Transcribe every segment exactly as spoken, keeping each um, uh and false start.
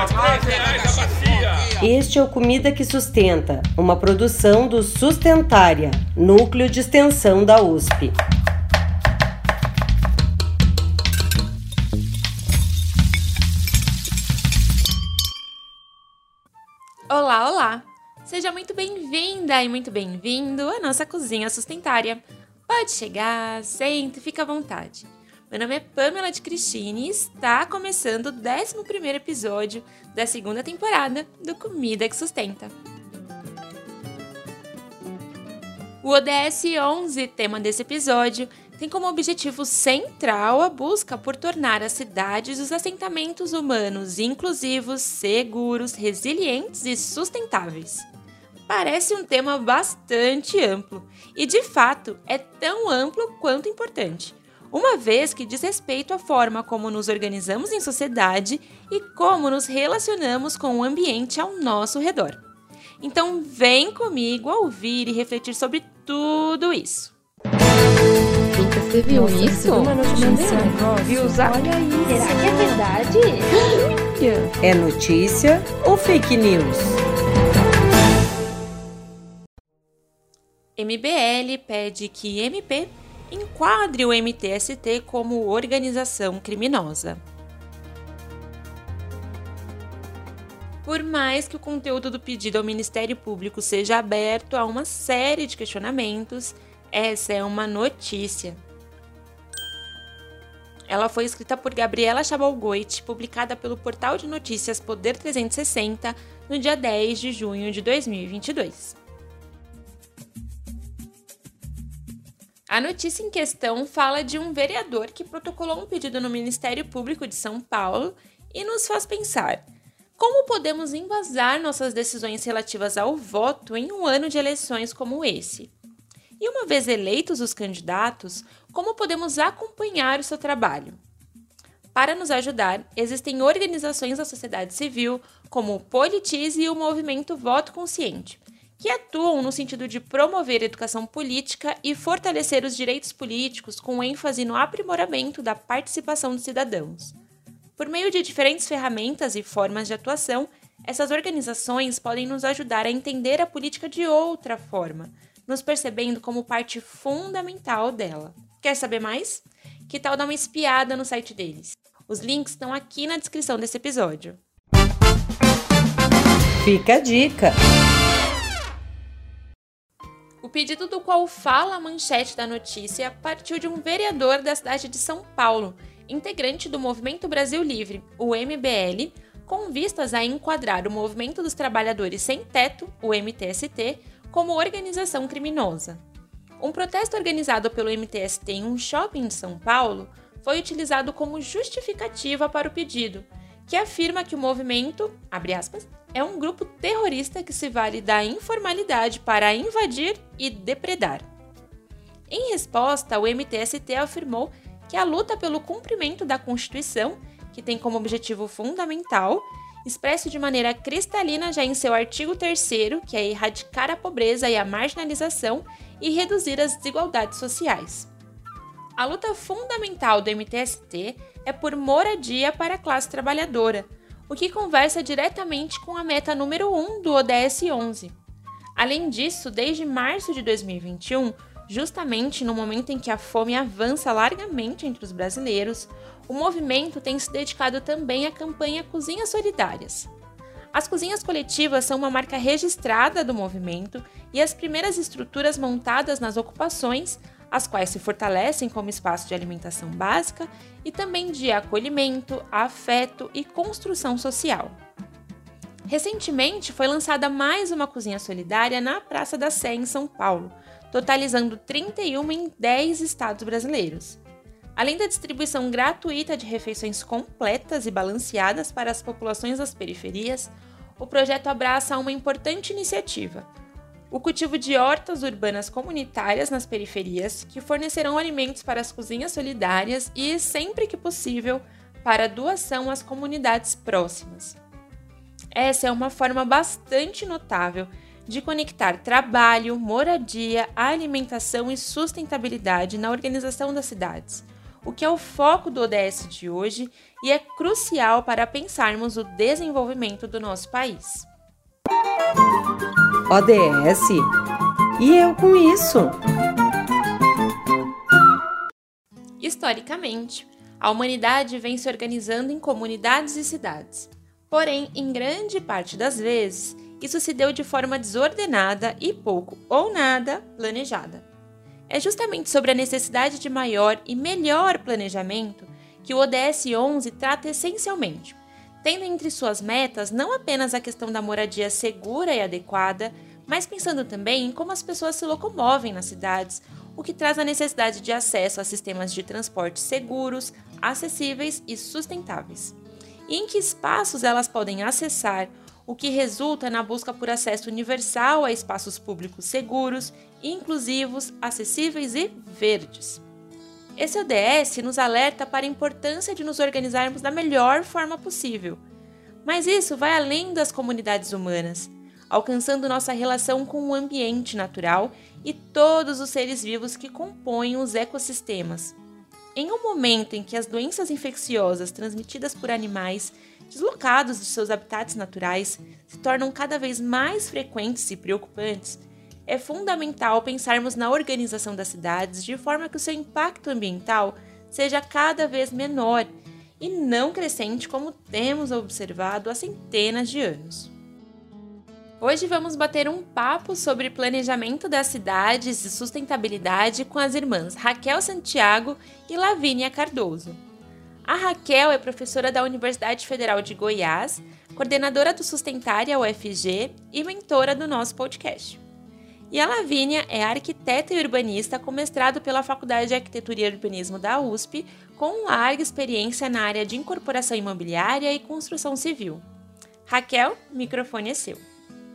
Este é o Comida que Sustenta, uma produção do Sustentária, Núcleo de Extensão da U S P. Olá, olá! Seja muito bem-vinda e muito bem-vindo à nossa Cozinha Sustentária. Pode chegar, senta e fica à vontade. Meu nome é Pamela de Cristine e está começando o décimo primeiro episódio da segunda temporada do Comida que Sustenta. O O D S onze, tema desse episódio, tem como objetivo central a busca por tornar as cidades e os assentamentos humanos inclusivos, seguros, resilientes e sustentáveis. Parece um tema bastante amplo e, de fato, é tão amplo quanto importante, uma vez que diz respeito à forma como nos organizamos em sociedade e como nos relacionamos com o ambiente ao nosso redor. Então, vem comigo a ouvir e refletir sobre tudo isso. Rita, você viu Nossa, isso? Uma notícia. Viu usar? Olha isso. Será que é verdade? É notícia ou fake news? M B L pede que M P enquadre o M T S T como organização criminosa. Por mais que o conteúdo do pedido ao Ministério Público seja aberto a uma série de questionamentos, essa é uma notícia. Ela foi escrita por Gabriela Chabalgoit, publicada pelo portal de notícias Poder trezentos e sessenta no dia dez de junho de dois mil e vinte e dois. A notícia em questão fala de um vereador que protocolou um pedido no Ministério Público de São Paulo e nos faz pensar: como podemos embasar nossas decisões relativas ao voto em um ano de eleições como esse? E uma vez eleitos os candidatos, como podemos acompanhar o seu trabalho? Para nos ajudar, existem organizações da sociedade civil, como o Politize e o Movimento Voto Consciente, que atuam no sentido de promover a educação política e fortalecer os direitos políticos com ênfase no aprimoramento da participação dos cidadãos. Por meio de diferentes ferramentas e formas de atuação, essas organizações podem nos ajudar a entender a política de outra forma, nos percebendo como parte fundamental dela. Quer saber mais? Que tal dar uma espiada no site deles? Os links estão aqui na descrição desse episódio. Fica a dica! O pedido do qual fala a manchete da notícia partiu de um vereador da cidade de São Paulo, integrante do Movimento Brasil Livre, o M B L, com vistas a enquadrar o Movimento dos Trabalhadores Sem Teto, o M T S T, como organização criminosa. Um protesto organizado pelo M T S T em um shopping de São Paulo foi utilizado como justificativa para o pedido, que afirma que o movimento, abre aspas, é um grupo terrorista que se vale da informalidade para invadir e depredar. Em resposta, o M T S T afirmou que a luta pelo cumprimento da Constituição, que tem como objetivo fundamental, expresso de maneira cristalina já em seu artigo terceiro, que é erradicar a pobreza e a marginalização e reduzir as desigualdades sociais. A luta fundamental do M T S T é por moradia para a classe trabalhadora, o que conversa diretamente com a meta número um do O D S onze. Além disso, desde março de dois mil e vinte e um, justamente no momento em que a fome avança largamente entre os brasileiros, o movimento tem se dedicado também à campanha Cozinhas Solidárias. As cozinhas coletivas são uma marca registrada do movimento e as primeiras estruturas montadas nas ocupações, as quais se fortalecem como espaço de alimentação básica e também de acolhimento, afeto e construção social. Recentemente foi lançada mais uma cozinha solidária na Praça da Sé, em São Paulo, totalizando trinta e um em dez estados brasileiros. Além da distribuição gratuita de refeições completas e balanceadas para as populações das periferias, o projeto abraça uma importante iniciativa: o cultivo de hortas urbanas comunitárias nas periferias, que fornecerão alimentos para as cozinhas solidárias e, sempre que possível, para doação às comunidades próximas. Essa é uma forma bastante notável de conectar trabalho, moradia, alimentação e sustentabilidade na organização das cidades, o que é o foco do O D S de hoje e é crucial para pensarmos o desenvolvimento do nosso país. O D S? E eu com isso? Historicamente, a humanidade vem se organizando em comunidades e cidades. Porém, em grande parte das vezes, isso se deu de forma desordenada e pouco ou nada planejada. É justamente sobre a necessidade de maior e melhor planejamento que o O D S onze trata essencialmente, tendo entre suas metas não apenas a questão da moradia segura e adequada, mas pensando também em como as pessoas se locomovem nas cidades, o que traz a necessidade de acesso a sistemas de transporte seguros, acessíveis e sustentáveis. E em que espaços elas podem acessar, o que resulta na busca por acesso universal a espaços públicos seguros, inclusivos, acessíveis e verdes. Esse O D S nos alerta para a importância de nos organizarmos da melhor forma possível. Mas isso vai além das comunidades humanas, alcançando nossa relação com o ambiente natural e todos os seres vivos que compõem os ecossistemas. Em um momento em que as doenças infecciosas transmitidas por animais deslocados de seus habitats naturais se tornam cada vez mais frequentes e preocupantes, é fundamental pensarmos na organização das cidades de forma que o seu impacto ambiental seja cada vez menor e não crescente como temos observado há centenas de anos. Hoje vamos bater um papo sobre planejamento das cidades e sustentabilidade com as irmãs Raquel Santiago e Lavínia Cardoso. A Raquel é professora da Universidade Federal de Goiás, coordenadora do Sustentária U F G e mentora do nosso podcast. E a Lavínia é arquiteta e urbanista com mestrado pela Faculdade de Arquitetura e Urbanismo da U S P, com larga experiência na área de incorporação imobiliária e construção civil. Raquel, o microfone é seu.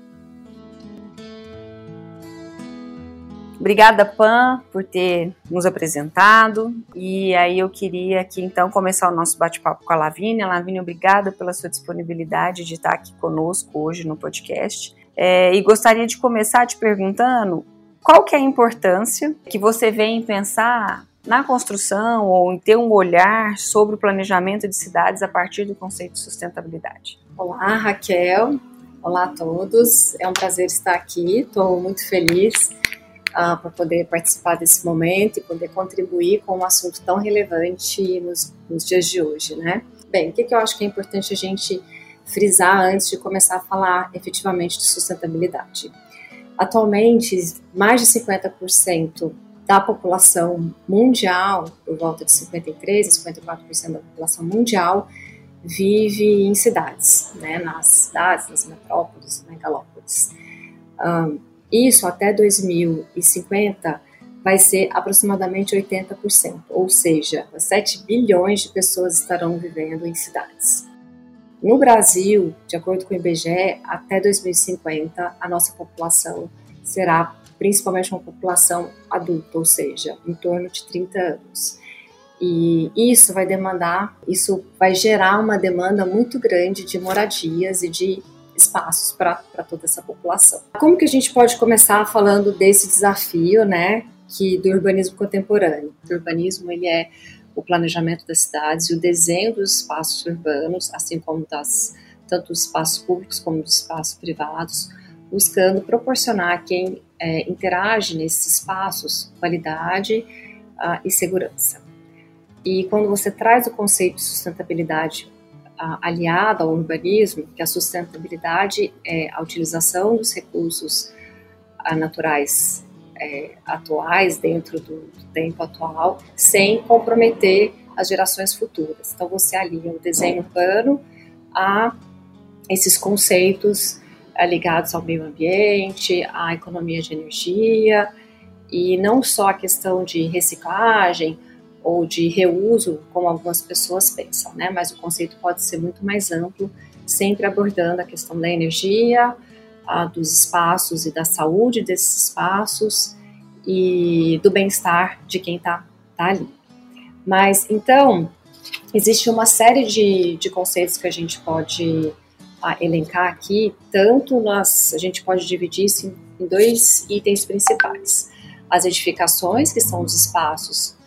Obrigada, Pan, por ter nos apresentado. E aí eu queria aqui, então, começar o nosso bate-papo com a Lavínia. Lavínia, obrigada pela sua disponibilidade de estar aqui conosco hoje no podcast. É, e gostaria de começar te perguntando qual que é a importância que você vê em pensar na construção ou em ter um olhar sobre o planejamento de cidades a partir do conceito de sustentabilidade. Olá, Raquel. Olá a todos. É um prazer estar aqui. Estou muito feliz Uh, para poder participar desse momento e poder contribuir com um assunto tão relevante nos, nos dias de hoje, né? Bem, o que, que eu acho que é importante a gente frisar antes de começar a falar efetivamente de sustentabilidade? Atualmente, mais de cinquenta por cento da população mundial, por volta de cinquenta e três por cento a cinquenta e quatro por cento da população mundial, vive em cidades, né? Nas cidades, nas metrópoles, nas megalópolis. Um, Isso até dois mil e cinquenta vai ser aproximadamente oitenta por cento, ou seja, sete bilhões de pessoas estarão vivendo em cidades. No Brasil, de acordo com o I B G E, até dois mil e cinquenta a nossa população será principalmente uma população adulta, ou seja, em torno de trinta anos. E isso vai demandar, isso vai gerar uma demanda muito grande de moradias e de espaços para toda essa população. Como que a gente pode começar falando desse desafio, né, que do urbanismo contemporâneo? O urbanismo, ele é o planejamento das cidades e o desenho dos espaços urbanos, assim como das, tanto dos espaços públicos como dos espaços privados, buscando proporcionar a quem é, interage nesses espaços qualidade uh, e segurança. E quando você traz o conceito de sustentabilidade aliada ao urbanismo, que a sustentabilidade é a utilização dos recursos naturais é, atuais dentro do, do tempo atual, sem comprometer as gerações futuras. Então você alia o desenho urbano a esses conceitos é, ligados ao meio ambiente, à economia de energia, e não só a questão de reciclagem ou de reuso, como algumas pessoas pensam, né? Mas o conceito pode ser muito mais amplo, sempre abordando a questão da energia, a, dos espaços e da saúde desses espaços e do bem-estar de quem está tá ali. Mas, então, existe uma série de, de conceitos que a gente pode a, elencar aqui, tanto nós, a gente pode dividir isso em, em dois itens principais. As edificações, que são os espaços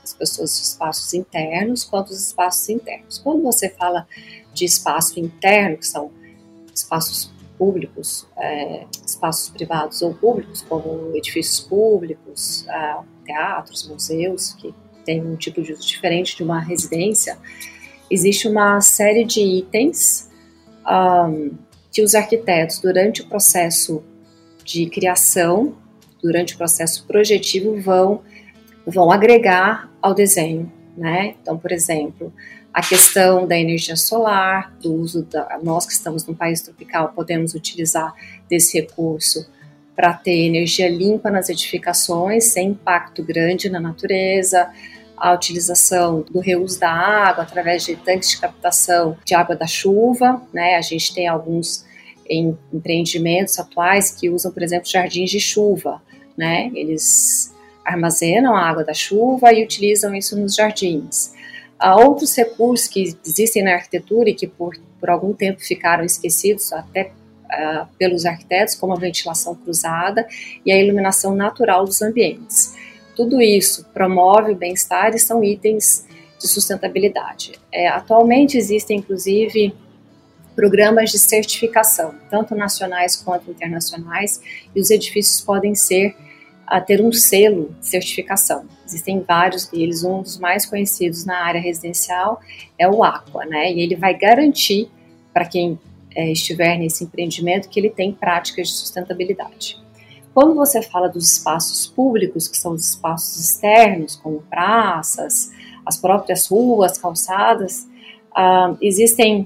as pessoas os espaços internos quanto os espaços internos. Quando você fala de espaço interno, que são espaços públicos, é, espaços privados ou públicos, como edifícios públicos, é, teatros, museus, que tem um tipo de uso diferente de uma residência, existe uma série de itens um, que os arquitetos, durante o processo de criação, durante o processo projetivo, vão, vão agregar ao desenho, né? Então, por exemplo, a questão da energia solar, do uso da... Nós que estamos num país tropical podemos utilizar desse recurso para ter energia limpa nas edificações, sem impacto grande na natureza, a utilização do reuso da água através de tanques de captação de água da chuva, né? A gente tem alguns em empreendimentos atuais que usam, por exemplo, jardins de chuva, né? Eles armazenam a água da chuva e utilizam isso nos jardins. Há outros recursos que existem na arquitetura e que por, por algum tempo ficaram esquecidos até uh, pelos arquitetos, como a ventilação cruzada e a iluminação natural dos ambientes. Tudo isso promove o bem-estar e são itens de sustentabilidade. É, atualmente existem, inclusive, programas de certificação, tanto nacionais quanto internacionais, e os edifícios podem ser a ter um selo de certificação. Existem vários deles, um dos mais conhecidos na área residencial é o Aqua, né? E ele vai garantir para quem é, estiver nesse empreendimento que ele tem práticas de sustentabilidade. Quando você fala dos espaços públicos, que são os espaços externos, como praças, as próprias ruas, calçadas, uh, existem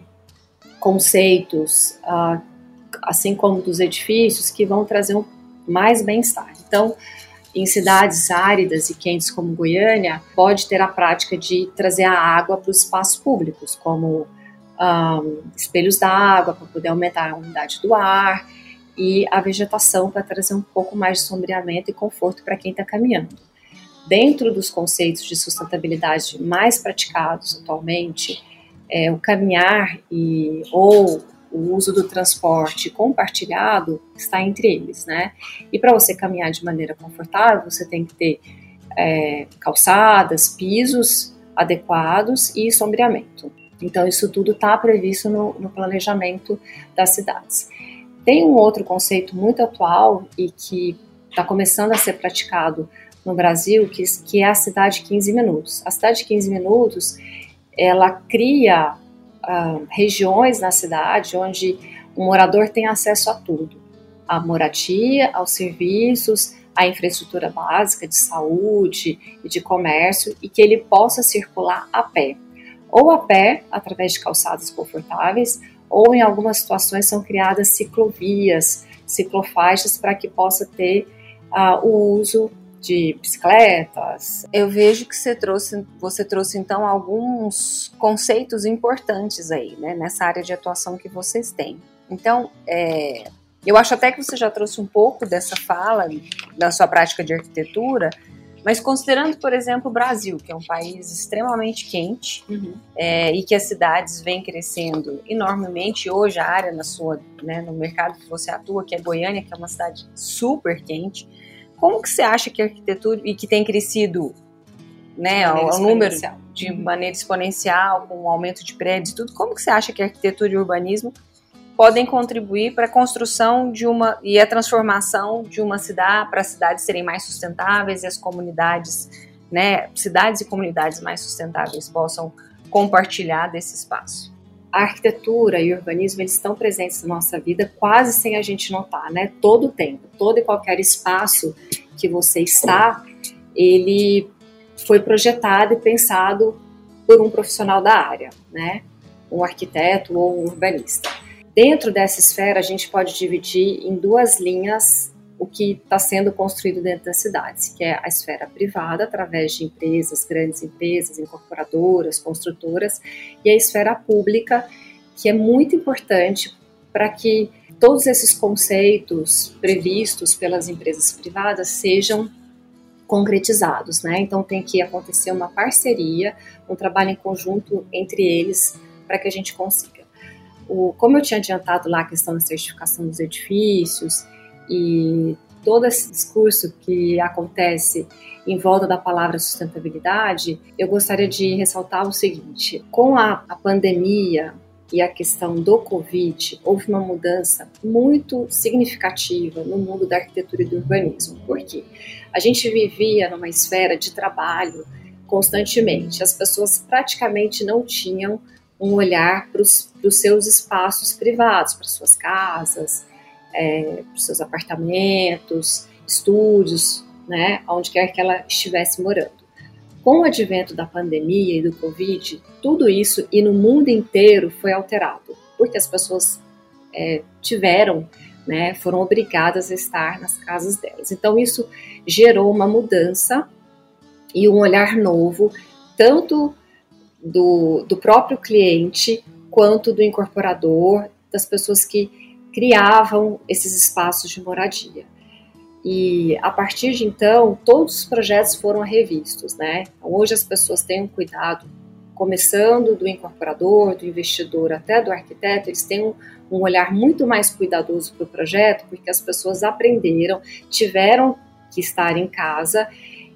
conceitos, uh, assim como dos edifícios, que vão trazer um mais bem-estar. Então, em cidades áridas e quentes como Goiânia, pode ter a prática de trazer a água para os espaços públicos, como um, espelhos d'água para poder aumentar a umidade do ar e a vegetação para trazer um pouco mais de sombreamento e conforto para quem está caminhando. Dentro dos conceitos de sustentabilidade mais praticados atualmente, é, o caminhar e, ou o uso do transporte compartilhado está entre eles, né? E para você caminhar de maneira confortável, você tem que ter é, calçadas, pisos adequados e sombreamento. Então, isso tudo está previsto no, no planejamento das cidades. Tem um outro conceito muito atual e que está começando a ser praticado no Brasil, que, que é a cidade quinze minutos. A cidade quinze minutos, ela cria Uh, regiões na cidade onde o morador tem acesso a tudo, à moradia, aos serviços, à infraestrutura básica de saúde e de comércio, e que ele possa circular a pé, ou a pé através de calçadas confortáveis, ou em algumas situações são criadas ciclovias, ciclofaixas para que possa ter uh, o uso de bicicletas. Eu vejo que você trouxe, você trouxe então alguns conceitos importantes aí, né, nessa área de atuação que vocês têm. Então, é, eu acho até que você já trouxe um pouco dessa fala da sua prática de arquitetura, mas considerando, por exemplo, o Brasil, que é um país extremamente quente, uhum. é, e que as cidades vêm crescendo enormemente. Hoje a área na sua, né, no mercado que você atua, que é Goiânia, que é uma cidade super quente. Como que você acha que a arquitetura, e que tem crescido, né, o número de maneira exponencial, com o aumento de prédios e tudo, como que você acha que a arquitetura e o urbanismo podem contribuir para a construção de uma, e a transformação de uma cidade, para as cidades serem mais sustentáveis e as comunidades, né, cidades e comunidades mais sustentáveis possam compartilhar desse espaço? A arquitetura e o urbanismo, eles estão presentes na nossa vida quase sem a gente notar, né? Todo o tempo, todo e qualquer espaço que você está, ele foi projetado e pensado por um profissional da área, né? Um arquiteto ou um urbanista. Dentro dessa esfera, a gente pode dividir em duas linhas o que está sendo construído dentro das cidades, que é a esfera privada, através de empresas, grandes empresas, incorporadoras, construtoras, e a esfera pública, que é muito importante para que todos esses conceitos previstos pelas empresas privadas sejam concretizados, né? Então tem que acontecer uma parceria, um trabalho em conjunto entre eles para que a gente consiga. O, como eu tinha adiantado lá a questão da certificação dos edifícios, e todo esse discurso que acontece em volta da palavra sustentabilidade, eu gostaria de ressaltar o seguinte: com a, a pandemia e a questão do Covid, houve uma mudança muito significativa no mundo da arquitetura e do urbanismo. Por quê? A gente vivia numa esfera de trabalho constantemente. As pessoas praticamente não tinham um olhar para os seus espaços privados, para suas casas, é, para os seus apartamentos, estúdios, né, onde quer que ela estivesse morando. Com o advento da pandemia e do Covid, tudo isso e no mundo inteiro foi alterado, porque as pessoas é, tiveram, né, foram obrigadas a estar nas casas delas. Então isso gerou uma mudança e um olhar novo, tanto do, do próprio cliente, quanto do incorporador, das pessoas que criavam esses espaços de moradia. E a partir de então, todos os projetos foram revistos, né? Então, hoje as pessoas têm um cuidado, começando do incorporador, do investidor até do arquiteto, eles têm um, um olhar muito mais cuidadoso para o projeto, porque as pessoas aprenderam, tiveram que estar em casa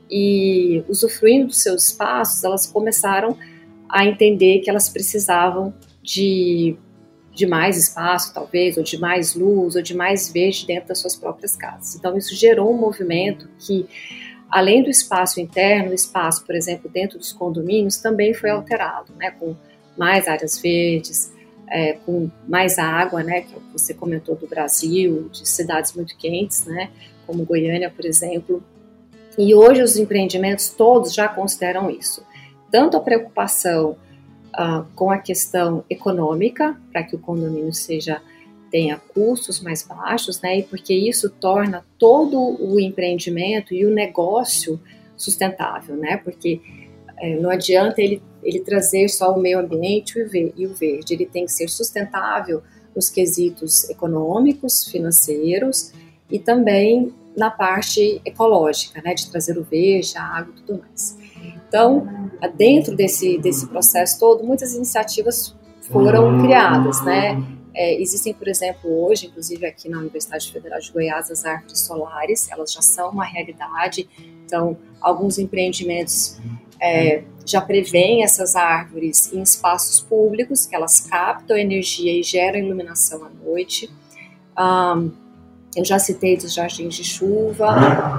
e, usufruindo dos seus espaços, elas começaram a entender que elas precisavam de, de mais espaço, talvez, ou de mais luz, ou de mais verde dentro das suas próprias casas. Então, isso gerou um movimento que, além do espaço interno, o espaço, por exemplo, dentro dos condomínios, também foi alterado, né, com mais áreas verdes, é, com mais água, né, que você comentou do Brasil, de cidades muito quentes, né, como Goiânia, por exemplo. E hoje os empreendimentos todos já consideram isso. Tanto a preocupação uh, com a questão econômica, para que o condomínio seja, tenha custos mais baixos, né, e porque isso torna todo o empreendimento e o negócio sustentável, né, porque é, não adianta ele, ele trazer só o meio ambiente e o verde, ele tem que ser sustentável nos quesitos econômicos, financeiros e também na parte ecológica, né, de trazer o verde, a água e tudo mais. Então, dentro desse, desse processo todo, muitas iniciativas foram criadas, né? É, existem, por exemplo, hoje, inclusive aqui na Universidade Federal de Goiás, as árvores solares, elas já são uma realidade. Então, alguns empreendimentos é, já prevêem essas árvores em espaços públicos, que elas captam energia e geram iluminação à noite. Um, Eu já citei dos jardins de chuva,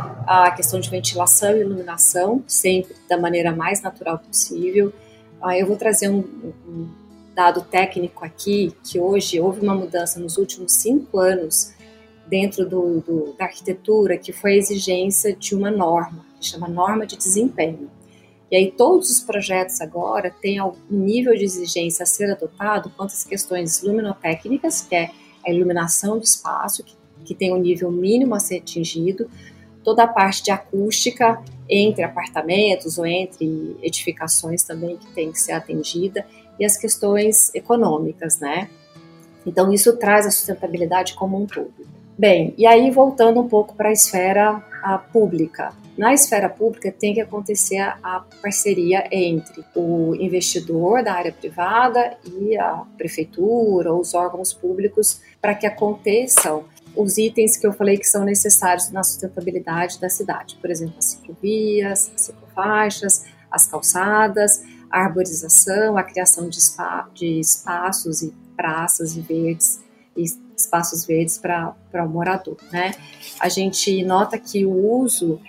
a questão de ventilação e iluminação, sempre da maneira mais natural possível. Eu vou trazer um, um dado técnico aqui, que hoje houve uma mudança nos últimos cinco anos dentro do, do, da arquitetura, que foi a exigência de uma norma, que chama norma de desempenho. E aí todos os projetos agora têm algum nível de exigência a ser adotado quanto às questões luminotécnicas, que é a iluminação do espaço, que que tem um nível mínimo a ser atingido, toda a parte de acústica entre apartamentos ou entre edificações também que tem que ser atendida, e as questões econômicas, né? Então isso traz a sustentabilidade como um todo. Bem, e aí voltando um pouco para a esfera a, pública. Na esfera pública tem que acontecer a parceria entre o investidor da área privada e a prefeitura ou os órgãos públicos para que aconteçam os itens que eu falei que são necessários na sustentabilidade da cidade. Por exemplo, as ciclovias, as ciclofaixas, as calçadas, a arborização, a criação de, spa, de espaços e praças e verdes, e espaços verdes para o morador, né? A gente nota que o uso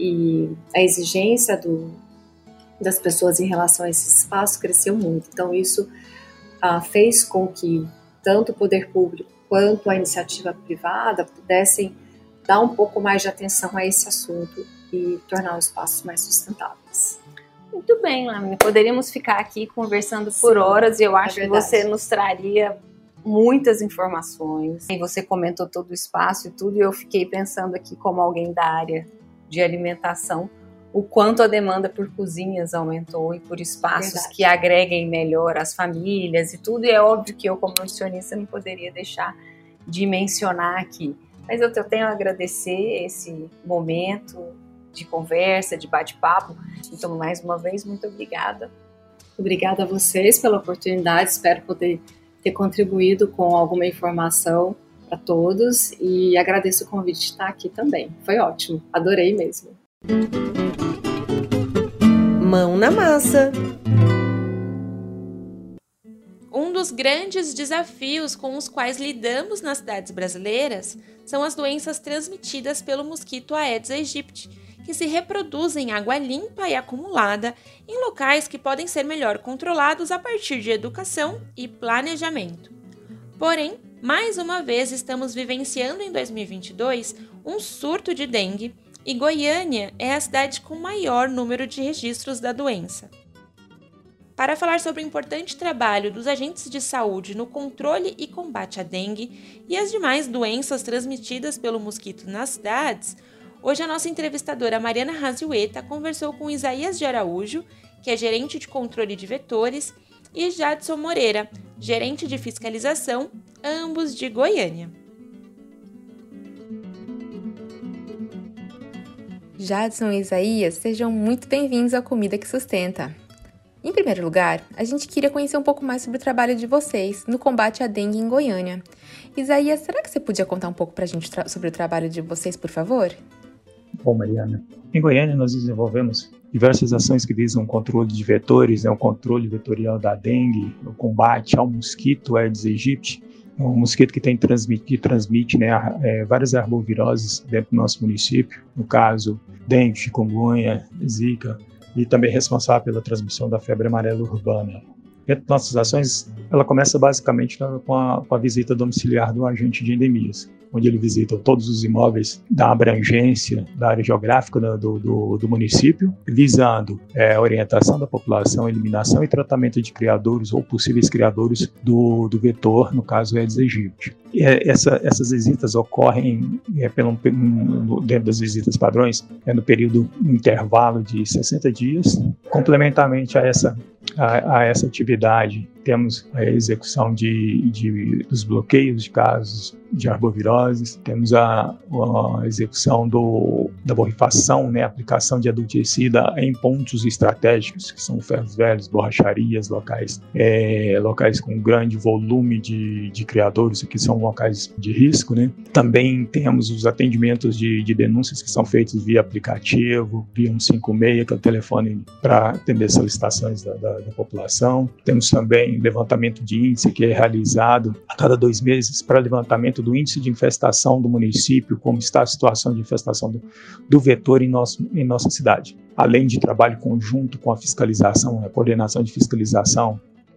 e a exigência do, das pessoas em relação a esse espaço cresceu muito. Então, isso ah, fez com que tanto o poder público quanto a iniciativa privada pudessem dar um pouco mais de atenção a esse assunto e tornar os espaços mais sustentáveis. Muito bem, Lamine. Poderíamos ficar aqui conversando por Sim, horas e eu acho é que você nos traria muitas informações. E você comentou todo o espaço e tudo, e eu fiquei pensando aqui como alguém da área de alimentação, o quanto a demanda por cozinhas aumentou e por espaços Verdade. Que agreguem melhor as famílias e tudo, e é óbvio que eu, como nutricionista, não poderia deixar de mencionar aqui. Mas eu tenho a agradecer esse momento de conversa, de bate-papo. Então, mais uma vez, muito obrigada. Obrigada a vocês pela oportunidade, espero poder ter contribuído com alguma informação para todos e agradeço o convite de estar aqui também. Foi ótimo, adorei mesmo. Mão na massa. Um dos grandes desafios com os quais lidamos nas cidades brasileiras são as doenças transmitidas pelo mosquito Aedes aegypti, que se reproduzem em água limpa e acumulada em locais que podem ser melhor controlados a partir de educação e planejamento. Porém, mais uma vez estamos vivenciando em dois mil e vinte e dois um surto de dengue e Goiânia é a cidade com maior número de registros da doença. Para falar sobre o importante trabalho dos agentes de saúde no controle e combate à dengue e as demais doenças transmitidas pelo mosquito nas cidades, hoje a nossa entrevistadora Mariana Raziueta conversou com Isaías de Araújo, que é gerente de controle de vetores, e Jadson Moreira, gerente de fiscalização, ambos de Goiânia. Jadson e Isaías, sejam muito bem-vindos ao Comida que Sustenta. Em primeiro lugar, a gente queria conhecer um pouco mais sobre o trabalho de vocês no combate à dengue em Goiânia. Isaías, será que você podia contar um pouco para a gente tra- sobre o trabalho de vocês, por favor? Bom, Mariana, em Goiânia nós desenvolvemos diversas ações que visam o controle de vetores, né, o controle vetorial da dengue, o combate ao mosquito Aedes aegypti, um mosquito que, tem transmite, que transmite né, é, várias arboviroses dentro do nosso município, no caso, dengue, chikungunya, zika, e também responsável pela transmissão da febre amarela urbana. Dentro das nossas ações, ela começa basicamente com a, com a visita domiciliar do agente de endemias, onde ele visita todos os imóveis da abrangência da área geográfica do, do, do município, visando é, a orientação da população, eliminação e tratamento de criadores ou possíveis criadores do, do vetor, no caso Aedes aegypti. E essa, essas visitas ocorrem é, pelo, dentro das visitas padrões, é no período, no intervalo de sessenta dias. Complementarmente a essa, a, a essa atividade, temos a execução de, de, dos bloqueios de casos de arboviroses, temos a, a execução do, da borrifação, né, aplicação de adulticida em pontos estratégicos, que são ferros velhos, borracharias, locais, é, locais com grande volume de, de criadores, que são locais de risco, né? Também temos os atendimentos de, de denúncias que são feitos via aplicativo, via cento e cinquenta e seis, que é o telefone para atender solicitações da, da, da população. Temos também levantamento de índice, que é realizado a cada dois meses para levantamento do índice de infestação do município, como está a situação de infestação do, do vetor em, nosso, em nossa cidade. Além de trabalho conjunto com a fiscalização, a coordenação de fiscalização,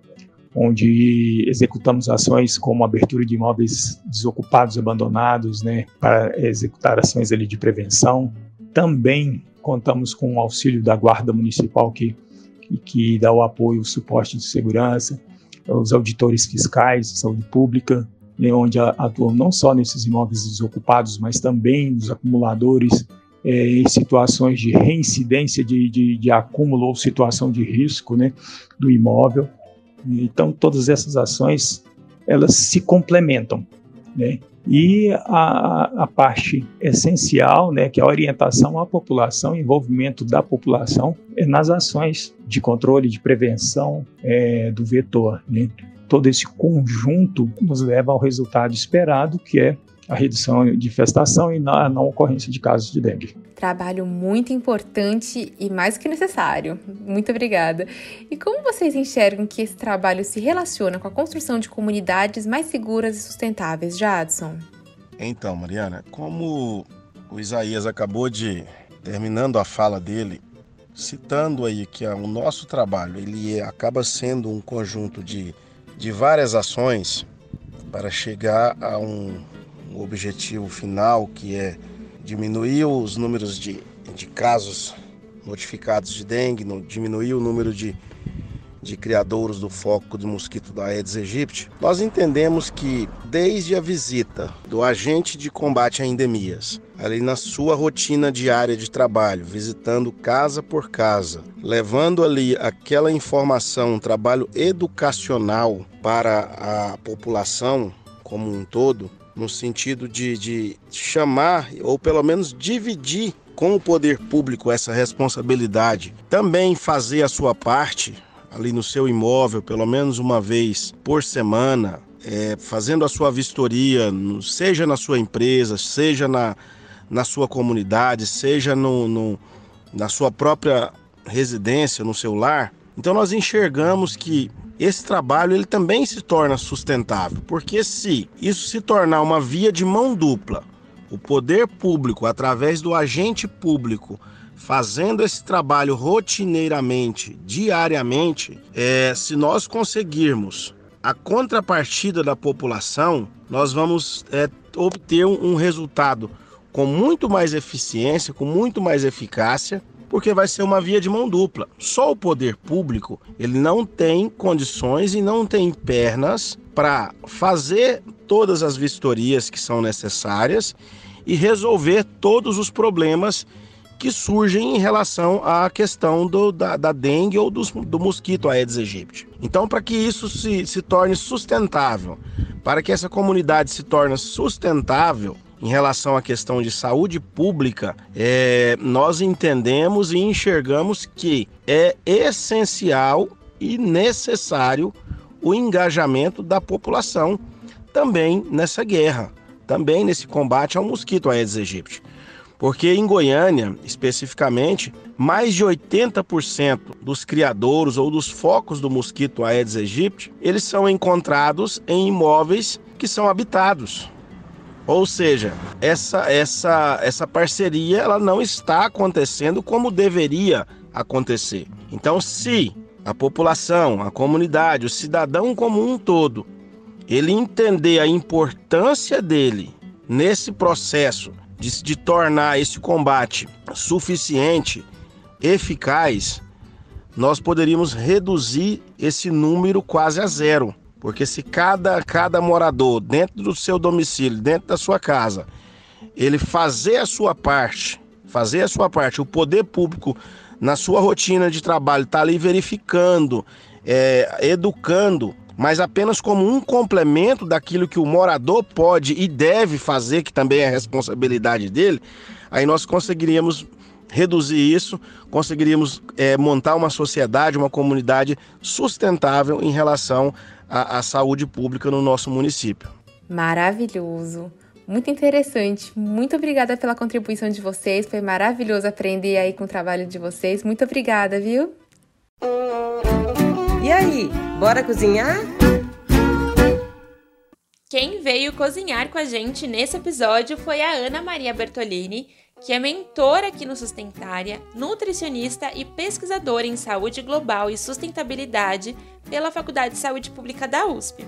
onde executamos ações como abertura de imóveis desocupados, abandonados, né, para executar ações ali de prevenção. Também contamos com o auxílio da Guarda Municipal, que, que dá o apoio, o suporte de segurança, os auditores fiscais de saúde pública, onde atuam não só nesses imóveis desocupados, mas também nos acumuladores, é, em situações de reincidência de, de, de acúmulo ou situação de risco, né, do imóvel. Então, todas essas ações, elas se complementam, né? E a, a parte essencial, né, que é a orientação à população, envolvimento da população é nas ações de controle, de prevenção é, do vetor, né? Todo esse conjunto nos leva ao resultado esperado, que é a redução de infestação e a não ocorrência de casos de dengue. Trabalho muito importante e mais que necessário. Muito obrigada. E como vocês enxergam que esse trabalho se relaciona com a construção de comunidades mais seguras e sustentáveis, Jadson? Então, Mariana, como o Isaías acabou de, terminando a fala dele, citando aí que o nosso trabalho ele acaba sendo um conjunto de, de várias ações para chegar a um, um objetivo final, que é diminuir os números de, de casos notificados de dengue, no, diminuir o número de, de criadouros do foco do mosquito da Aedes aegypti. Nós entendemos que desde a visita do agente de combate a endemias, ali na sua rotina diária de trabalho, visitando casa por casa, levando ali aquela informação, um trabalho educacional para a população como um todo, no sentido de, de chamar ou pelo menos dividir com o poder público essa responsabilidade, também fazer a sua parte ali no seu imóvel, pelo menos uma vez por semana, é, fazendo a sua vistoria, seja na sua empresa, seja na, na sua comunidade, seja no, no, na sua própria residência, no seu lar, então nós enxergamos que esse trabalho ele também se torna sustentável, porque se isso se tornar uma via de mão dupla, o poder público, através do agente público, fazendo esse trabalho rotineiramente, diariamente, é, se nós conseguirmos a contrapartida da população, nós vamos é, obter um, um resultado com muito mais eficiência, com muito mais eficácia, porque vai ser uma via de mão dupla. Só o poder público, ele não tem condições e não tem pernas para fazer todas as vistorias que são necessárias e resolver todos os problemas que surgem em relação à questão do, da, da dengue ou do, do mosquito Aedes aegypti. Então, para que isso se, se torne sustentável, para que essa comunidade se torne sustentável em relação à questão de saúde pública, é, nós entendemos e enxergamos que é essencial e necessário o engajamento da população também nessa guerra, também nesse combate ao mosquito Aedes aegypti. Porque em Goiânia, especificamente, mais de oitenta por cento dos criadouros ou dos focos do mosquito Aedes aegypti, eles são encontrados em imóveis que são habitados. Ou seja, essa, essa, essa parceria ela não está acontecendo como deveria acontecer. Então, se a população, a comunidade, o cidadão como um todo, ele entender a importância dele nesse processo de, de tornar esse combate suficiente, eficaz, nós poderíamos reduzir esse número quase a zero. Porque se cada, cada morador, dentro do seu domicílio, dentro da sua casa, ele fazer a sua parte, fazer a sua parte, o poder público, na sua rotina de trabalho, está ali verificando, é, educando, mas apenas como um complemento daquilo que o morador pode e deve fazer, que também é responsabilidade dele, aí nós conseguiríamos reduzir isso, conseguiríamos é, montar uma sociedade, uma comunidade sustentável em relação à, à saúde pública no nosso município. Maravilhoso, muito interessante. Muito obrigada pela contribuição de vocês, foi maravilhoso aprender aí com o trabalho de vocês. Muito obrigada, viu? E aí, bora cozinhar? Quem veio cozinhar com a gente nesse episódio foi a Ana Maria Bertolini, que é mentora aqui no Sustentária, nutricionista e pesquisadora em saúde global e sustentabilidade pela Faculdade de Saúde Pública da U S P.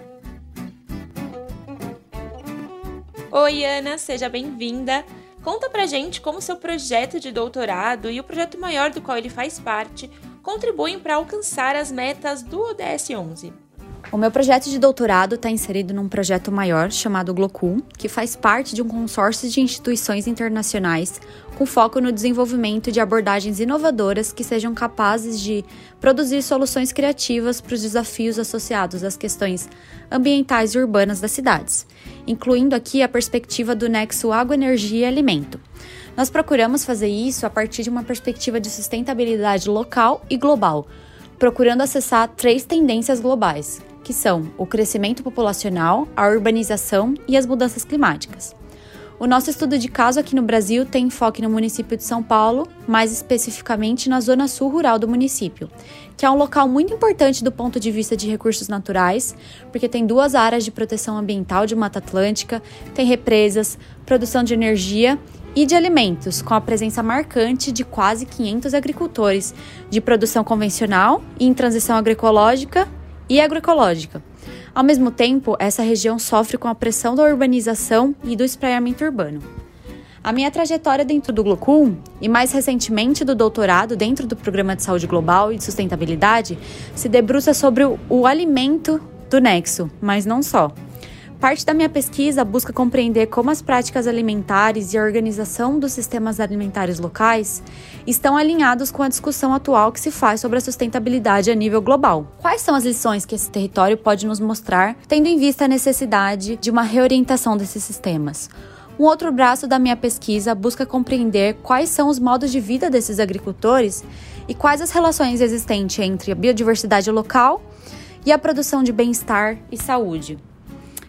Oi, Ana, seja bem-vinda. Conta pra gente como seu projeto de doutorado e o projeto maior do qual ele faz parte contribuem para alcançar as metas do O D S onze. O meu projeto de doutorado está inserido num projeto maior chamado GLOCU, que faz parte de um consórcio de instituições internacionais com foco no desenvolvimento de abordagens inovadoras que sejam capazes de produzir soluções criativas para os desafios associados às questões ambientais e urbanas das cidades, incluindo aqui a perspectiva do nexo água, energia e alimento. Nós procuramos fazer isso a partir de uma perspectiva de sustentabilidade local e global, procurando acessar três tendências globais, que são o crescimento populacional, a urbanização e as mudanças climáticas. O nosso estudo de caso aqui no Brasil tem enfoque no município de São Paulo, mais especificamente na zona sul rural do município, que é um local muito importante do ponto de vista de recursos naturais, porque tem duas áreas de proteção ambiental de Mata Atlântica, tem represas, produção de energia e de alimentos, com a presença marcante de quase quinhentos agricultores de produção convencional e em transição agroecológica e agroecológica. Ao mesmo tempo, essa região sofre com a pressão da urbanização e do espraiamento urbano. A minha trajetória dentro do GLOCU, e mais recentemente do doutorado dentro do Programa de Saúde Global e de Sustentabilidade, se debruça sobre o, o alimento do nexo, mas não só. Parte da minha pesquisa busca compreender como as práticas alimentares e a organização dos sistemas alimentares locais estão alinhados com a discussão atual que se faz sobre a sustentabilidade a nível global. Quais são as lições que esse território pode nos mostrar, tendo em vista a necessidade de uma reorientação desses sistemas? Um outro braço da minha pesquisa busca compreender quais são os modos de vida desses agricultores e quais as relações existentes entre a biodiversidade local e a produção de bem-estar e saúde.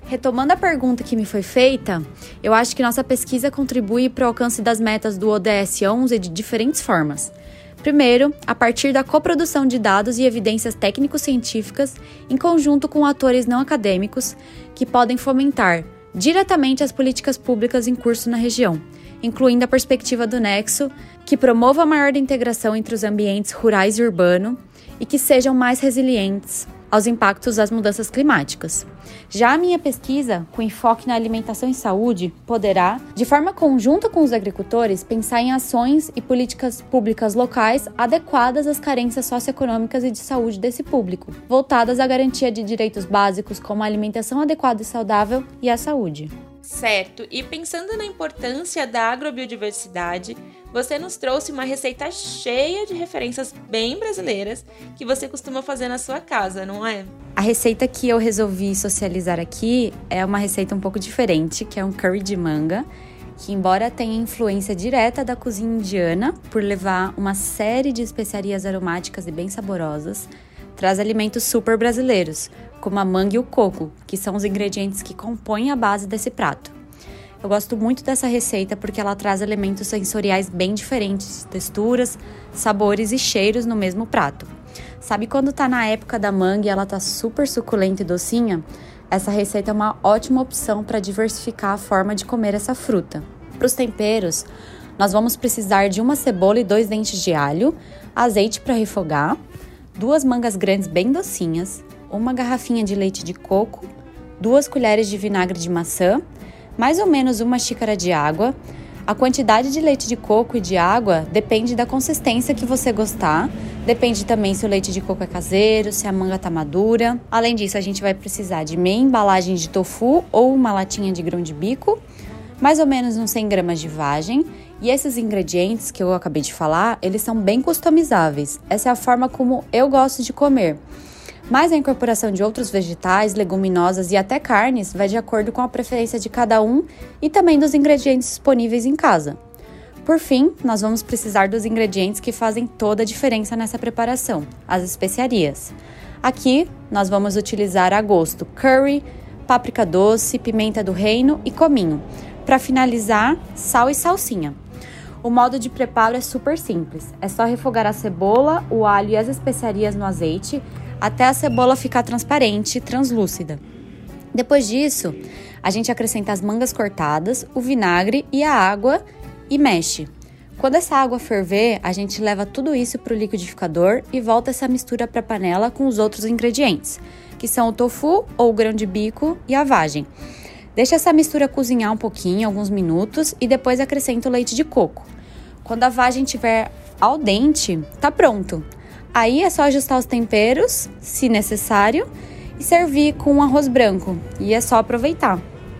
Retomando a pergunta que me foi feita, eu acho que nossa pesquisa contribui para o alcance das metas do O D S onze de diferentes formas. Primeiro, a partir da coprodução de dados e evidências técnico-científicas em conjunto com atores não acadêmicos que podem fomentar diretamente as políticas públicas em curso na região, incluindo a perspectiva do nexo, que promova a maior integração entre os ambientes rurais e urbanos e que sejam mais resilientes aos impactos das mudanças climáticas. Já a minha pesquisa, com enfoque na alimentação e saúde, poderá, de forma conjunta com os agricultores, pensar em ações e políticas públicas locais adequadas às carências socioeconômicas e de saúde desse público, voltadas à garantia de direitos básicos como a alimentação adequada e saudável e a saúde. Certo, e pensando na importância da agrobiodiversidade, você nos trouxe uma receita cheia de referências bem brasileiras que você costuma fazer na sua casa, não é? A receita que eu resolvi socializar aqui é uma receita um pouco diferente, que é um curry de manga, que embora tenha influência direta da cozinha indiana, por levar uma série de especiarias aromáticas e bem saborosas, traz alimentos super brasileiros, como a manga e o coco, que são os ingredientes que compõem a base desse prato. Eu gosto muito dessa receita porque ela traz elementos sensoriais bem diferentes, texturas, sabores e cheiros no mesmo prato. Sabe quando tá na época da manga e ela tá super suculenta e docinha? Essa receita é uma ótima opção para diversificar a forma de comer essa fruta. Para os temperos, nós vamos precisar de uma cebola e dois dentes de alho, azeite para refogar, duas mangas grandes bem docinhas, uma garrafinha de leite de coco, duas colheres de vinagre de maçã, mais ou menos uma xícara de água. A quantidade de leite de coco e de água depende da consistência que você gostar, depende também se o leite de coco é caseiro, se a manga tá madura. Além disso, a gente vai precisar de meia embalagem de tofu ou uma latinha de grão de bico, mais ou menos uns cem gramas de vagem. E esses ingredientes que eu acabei de falar, eles são bem customizáveis. Essa é a forma como eu gosto de comer. Mas a incorporação de outros vegetais, leguminosas e até carnes vai de acordo com a preferência de cada um e também dos ingredientes disponíveis em casa. Por fim, nós vamos precisar dos ingredientes que fazem toda a diferença nessa preparação, as especiarias. Aqui, nós vamos utilizar a gosto curry, páprica doce, pimenta do reino e cominho. Para finalizar, sal e salsinha. O modo de preparo é super simples. É só refogar a cebola, o alho e as especiarias no azeite até a cebola ficar transparente e translúcida. Depois disso, a gente acrescenta as mangas cortadas, o vinagre e a água e mexe. Quando essa água ferver, a gente leva tudo isso para o liquidificador e volta essa mistura para a panela com os outros ingredientes, que são o tofu ou o grão de bico e a vagem. Deixa essa mistura cozinhar um pouquinho, alguns minutos, e depois acrescenta o leite de coco. Quando a vagem estiver al dente, tá pronto. Aí é só ajustar os temperos, se necessário, e servir com um arroz branco. E é só aproveitar.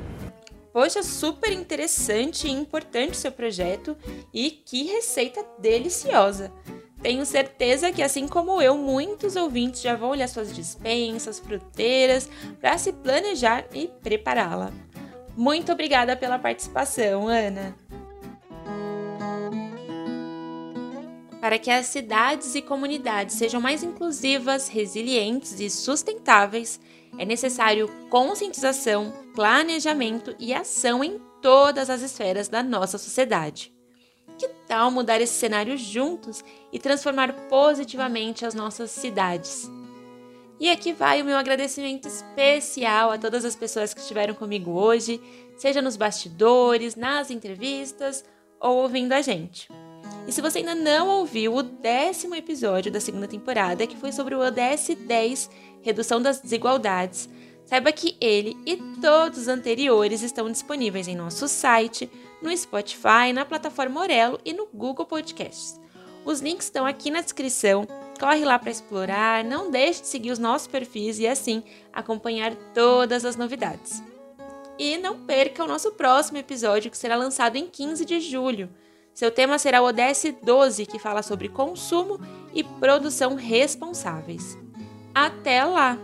Poxa, super interessante e importante o seu projeto e que receita deliciosa! Tenho certeza que, assim como eu, muitos ouvintes já vão olhar suas despensas, fruteiras, para se planejar e prepará-la. Muito obrigada pela participação, Ana! Para que as cidades e comunidades sejam mais inclusivas, resilientes e sustentáveis, é necessário conscientização, planejamento e ação em todas as esferas da nossa sociedade. Que tal mudar esse cenário juntos e transformar positivamente as nossas cidades? E aqui vai o meu agradecimento especial a todas as pessoas que estiveram comigo hoje, seja nos bastidores, nas entrevistas ou ouvindo a gente. E se você ainda não ouviu o décimo episódio da segunda temporada, que foi sobre o O D S dez, Redução das Desigualdades, saiba que ele e todos os anteriores estão disponíveis em nosso site, no Spotify, na plataforma Orelo e no Google Podcasts. Os links estão aqui na descrição, corre lá para explorar, não deixe de seguir os nossos perfis e assim acompanhar todas as novidades. E não perca o nosso próximo episódio, que será lançado em quinze de julho. Seu tema será o O D S doze, que fala sobre consumo e produção responsáveis. Até lá!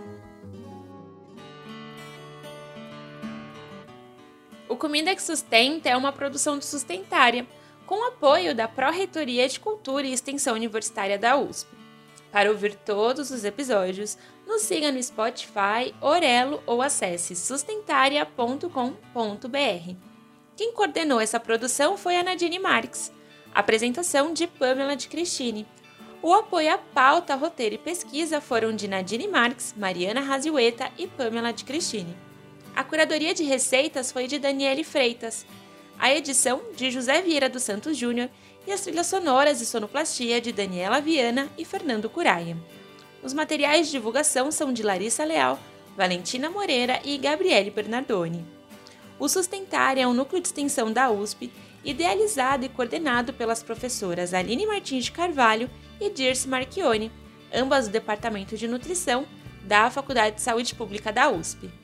O Comida que Sustenta é uma produção do Sustentária, com apoio da Pró-Reitoria de Cultura e Extensão Universitária da U S P. Para ouvir todos os episódios, nos siga no Spotify, Orelo ou acesse sustentaria ponto com ponto b r. Quem coordenou essa produção foi a Nadine Marques. Apresentação de Pamela de Cristine. O apoio à pauta, roteiro e pesquisa foram de Nadine Marques, Mariana Raziueta e Pamela de Cristine. A curadoria de receitas foi de Daniele Freitas. A edição de José Vieira dos Santos Júnior e as trilhas sonoras e sonoplastia de Daniela Viana e Fernando Curaia. Os materiais de divulgação são de Larissa Leal, Valentina Moreira e Gabriele Bernardoni. O Sustentária é um núcleo de extensão da U S P, idealizado e coordenado pelas professoras Aline Martins de Carvalho e Dirce Marchione, ambas do Departamento de Nutrição da Faculdade de Saúde Pública da U S P.